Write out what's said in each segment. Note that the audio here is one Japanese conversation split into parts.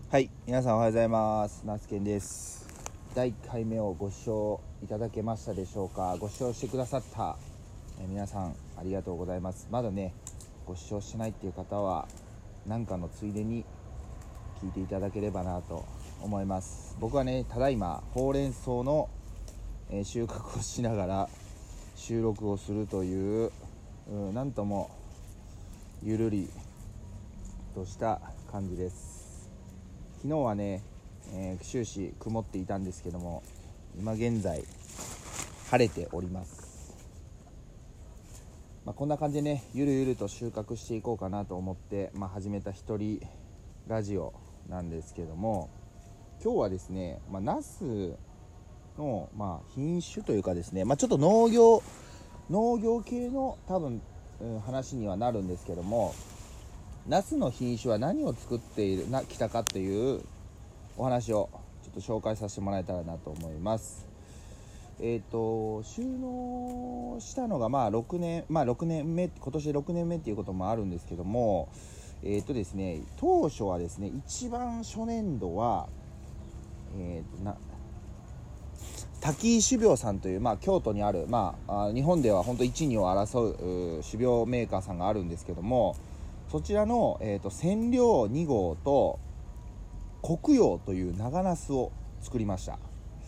はい、皆さんおはようございます。なつけんです。第1回目をご視聴いただけましたでしょうか。ご視聴してくださった、皆さんありがとうございます。まだねご視聴してないっていう方は何かのついでに聞いていただければなと思います。僕はねただいまほうれん草の、収穫をしながら収録をするという、なんともゆるりとした感じです。昨日はね、終始曇っていたんですけども、今現在晴れております。こんな感じでねゆるゆると収穫していこうかなと思って、始めた一人ラジオなんですけども、今日はですね、ナスの、品種というかですね、ちょっと農業系の多分、話にはなるんですけども、ナスの品種は何を作ってきたかっていうお話をちょっと紹介させてもらえたらなと思います。収納したのが6年目、今年6年目っていうこともあるんですけども、ですね、当初はですね、一番初年度は滝井種苗さんという、京都にある、日本では本当1、2を争う種苗メーカーさんがあるんですけども、そちらの、千両2号と黒葉という長ナスを作りました。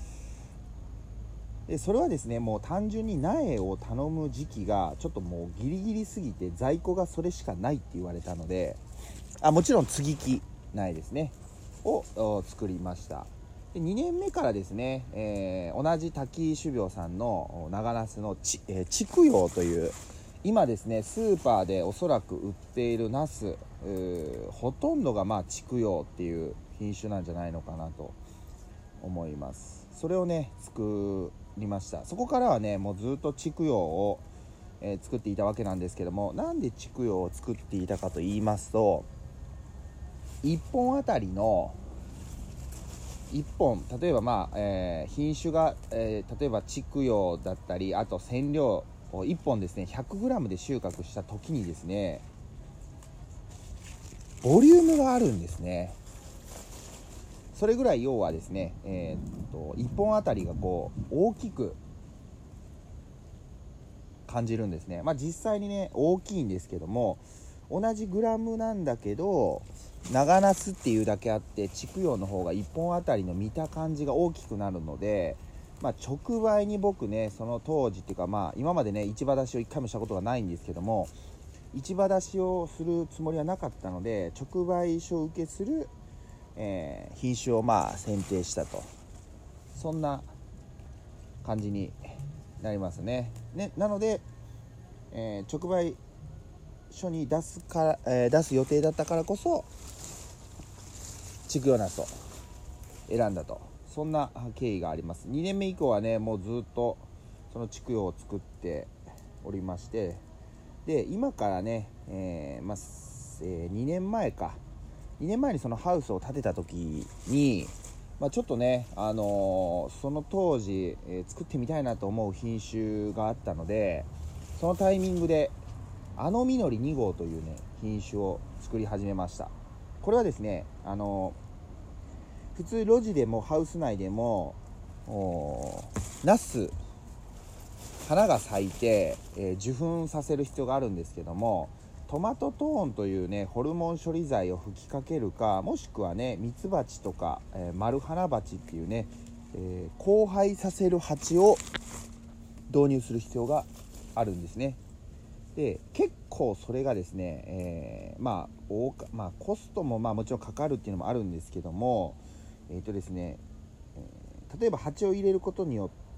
でそれはですね、もう単純に苗を頼む時期がちょっともうギリギリすぎて在庫がそれしかないって言われたので、もちろん接ぎ木苗ですねを作りました。で2年目からですね、同じ滝井種苗さんの長ナスの筑陽という今ですねスーパーでおそらく売っているナスほとんどが筑陽っていう品種なんじゃないのかなと思います。それをね作りました。そこからはねもうずっと筑陽を、作っていたわけなんですけども、なんで筑陽を作っていたかと言いますと、1本あたりの1本例えば品種が、例えば筑陽だったり、あと千両を1本ですね 100g で収穫した時にですね、ボリュームがあるんですね。それぐらい要はですね、1本あたりがこう大きく感じるんですね。実際にね大きいんですけども、同じグラムなんだけど長ナスっていうだけあって筑陽の方が1本あたりの見た感じが大きくなるので、直売に僕ねその当時っていうか、今までね市場出しを1回もしたことがないんですけども、市場出しをするつもりはなかったので直売所受けする、品種を選定したと、そんな感じになりますね。なので、直売所に出す予定だったからこそ筑陽ナスを選んだと、そんな経緯があります。2年目以降はねもうずっとその筑陽を作っておりまして、で今からね、2年前にそのハウスを建てた時に、ちょっとね、その当時、作ってみたいなと思う品種があったので、そのタイミングで実り2号というね品種を作り始めました。これはですね、普通路地でもハウス内でもナス花が咲いて、受粉させる必要があるんですけども、トマトトーンというねホルモン処理剤を吹きかけるか、もしくはねミツバチとか、マルハナバチっていうね、交配させる蜂を導入する必要があるんですね。で結構それがですね、コストももちろんかかるっていうのもあるんですけども、ですね、例えば蜂を入れることによって、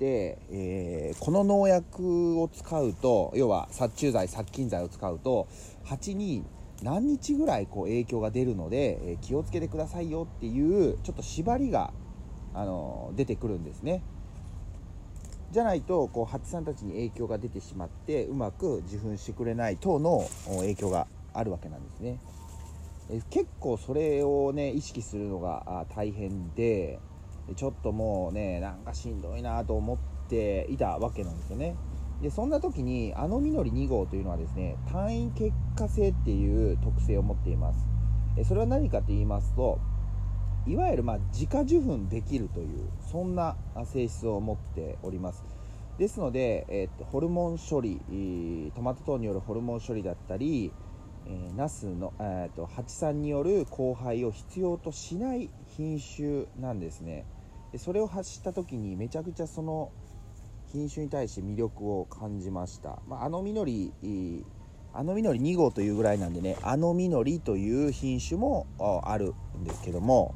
この農薬を使うと、要は殺虫剤殺菌剤を使うと蜂に何日ぐらいこう影響が出るので、気をつけてくださいよっていうちょっと縛りが、出てくるんですね。じゃないとこう蜂さんたちに影響が出てしまってうまく受粉してくれない等の影響があるわけなんですね。結構それをね意識するのが大変で、ちょっともうねなんかしんどいなと思っていたわけなんですよね。でそんな時に実り2号というのはですね、単位結果性っていう特性を持っています。それは何かと言いますと、 いわゆる自家受粉できるというそんな性質を持っております。ですので、ホルモン処理、トマト等によるホルモン処理だったり、ナスの、蜂産による交配を必要としない品種なんですね。でそれを発した時にめちゃくちゃその品種に対して魅力を感じました。あのみのり2号というぐらいなんでね、あのみのりという品種もあるんですけども、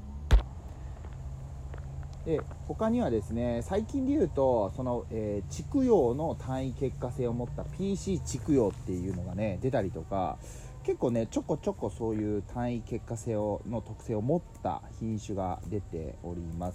で他にはですね、最近で言うとその、畜養の単位結果性を持った PC 畜養っていうのがね出たりとか、結構ねちょこちょこそういう単位結果性の特性を持った品種が出ております。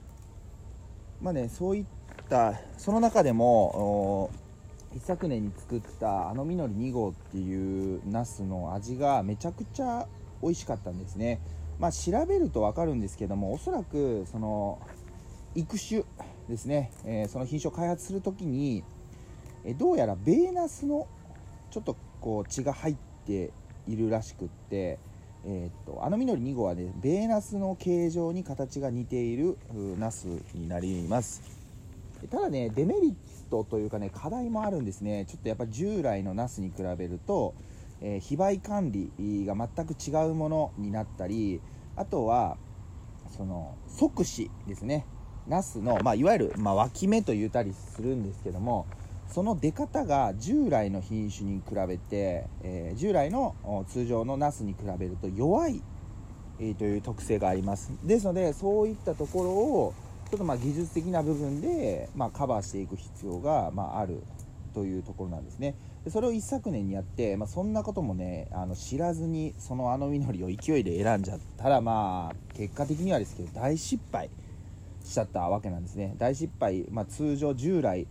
そういったその中でも一昨年に作ったあのみのり2号っていうナスの味がめちゃくちゃ美味しかったんですね。調べると分かるんですけども、おそらくその育種ですね、その品種を開発するときに、どうやらベーナスのちょっとこう血が入っているらしくって、あのみのり2号はねベーナスの形状に形が似ているナスになります。ただねデメリットというかね課題もあるんですね。ちょっとやっぱ従来のナスに比べると、非売管理が全く違うものになったり、あとはその側枝ですね、ナスの、いわゆる、脇芽と言ったりするんですけども、その出方が従来の品種に比べて、従来の通常のナスに比べると弱い、という特性があります。ですのでそういったところをちょっと技術的な部分で、カバーしていく必要が、あるというところなんですね。でそれを一昨年にやって、そんなこともね知らずにそのあのみのりを勢いで選んじゃったら、結果的にはですけど大失敗しちゃったわけなんですね。大失敗、通常従来、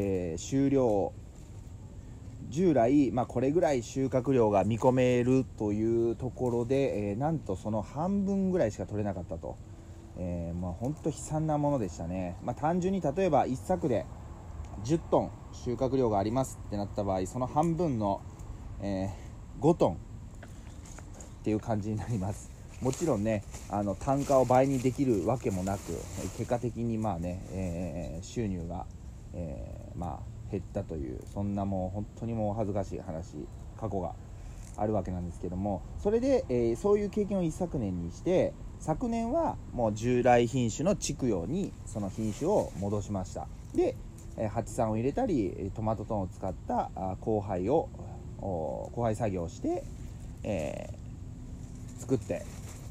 従来、これぐらい収穫量が見込めるというところで、なんとその半分ぐらいしか取れなかったと。本当悲惨なものでしたね。単純に例えば一作で10トン収穫量がありますってなった場合、その半分の、5トンっていう感じになります。もちろんね単価を倍にできるわけもなく、結果的に収入が、減ったという、そんなもう本当にもう恥ずかしい話、過去があるわけなんですけども、それで、そういう経験を一昨年にして、昨年はもう従来品種の畜養にその品種を戻しました。で蜂産を入れたりトマト等を使った交配作業をして、作って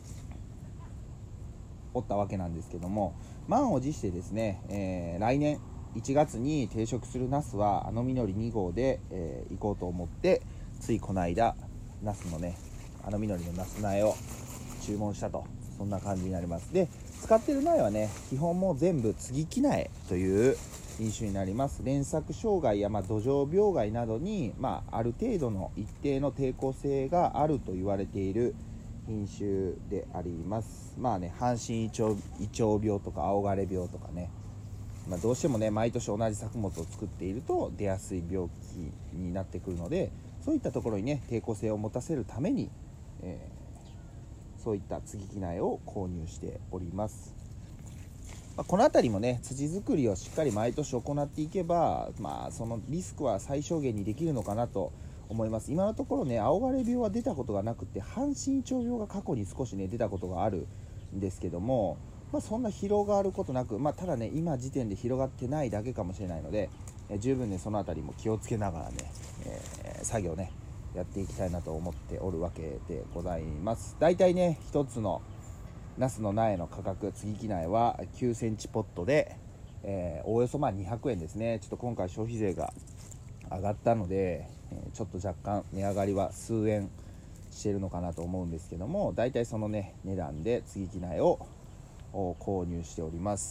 おったわけなんですけども、満を持してですね、来年1月に定食するナスはあのみのり2号で、行こうと思って、ついこの間ナスのねあのみのりのナス苗を注文したと、そんな感じになります。で使ってる苗はね基本もう全部接ぎ木苗という品種になります。連作障害や土壌病害などに、ある程度の一定の抵抗性があると言われている品種であります。阪神胃腸病とか青枯れ病とかね、どうしてもね毎年同じ作物を作っていると出やすい病気になってくるので、そういったところにね抵抗性を持たせるために、そういった接ぎ木苗を購入しております。この辺りもね土作りをしっかり毎年行っていけば、そのリスクは最小限にできるのかなと思います。今のところね青枯れ病は出たことがなくて、阪神胃腸病が過去に少しね出たことがあるんですけども、そんな広がることなく、ただね今時点で広がってないだけかもしれないので、十分ねその辺りも気をつけながらね、作業ねやっていきたいなと思っておるわけでございます。だいたいね一つのナスの苗の価格、接ぎ木苗は9センチポットで、おおよそ200円ですね。ちょっと今回消費税が上がったので、ちょっと若干値上がりは数円してるのかなと思うんですけども、だいたいそのね値段で接ぎ木苗を購入しております。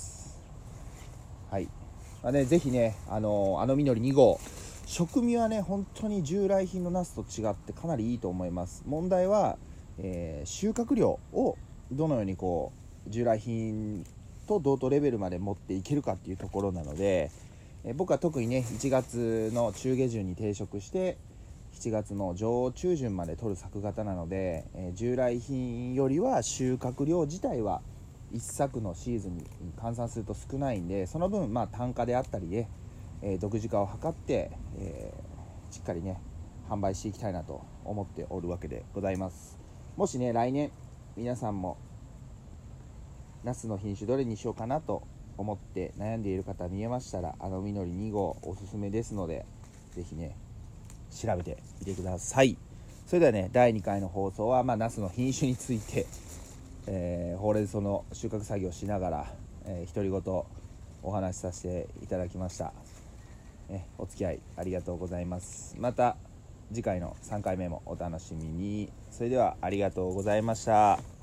はい、ぜひねあのみのり2号食味はね本当に従来品のナスと違ってかなりいいと思います。問題は、収穫量をどのように従来品と同等レベルまで持っていけるかっていうところなので、僕は特にね1月の中下旬に定食して 7月の上中旬まで取る作型なので、従来品よりは収穫量自体は一作のシーズンに換算すると少ないんで、その分単価であったりで、独自化を図って、しっかりね販売していきたいなと思っておるわけでございます。もしね来年皆さんもナスの品種どれにしようかなと思って悩んでいる方見えましたら、みのり2号おすすめですので、ぜひね調べてみてください。それではね、第2回の放送はナスの品種について、ほうれん草の収穫作業しながら、独り言お話しさせていただきました。お付き合いありがとうございます。また次回の3回目もお楽しみに。それではありがとうございました。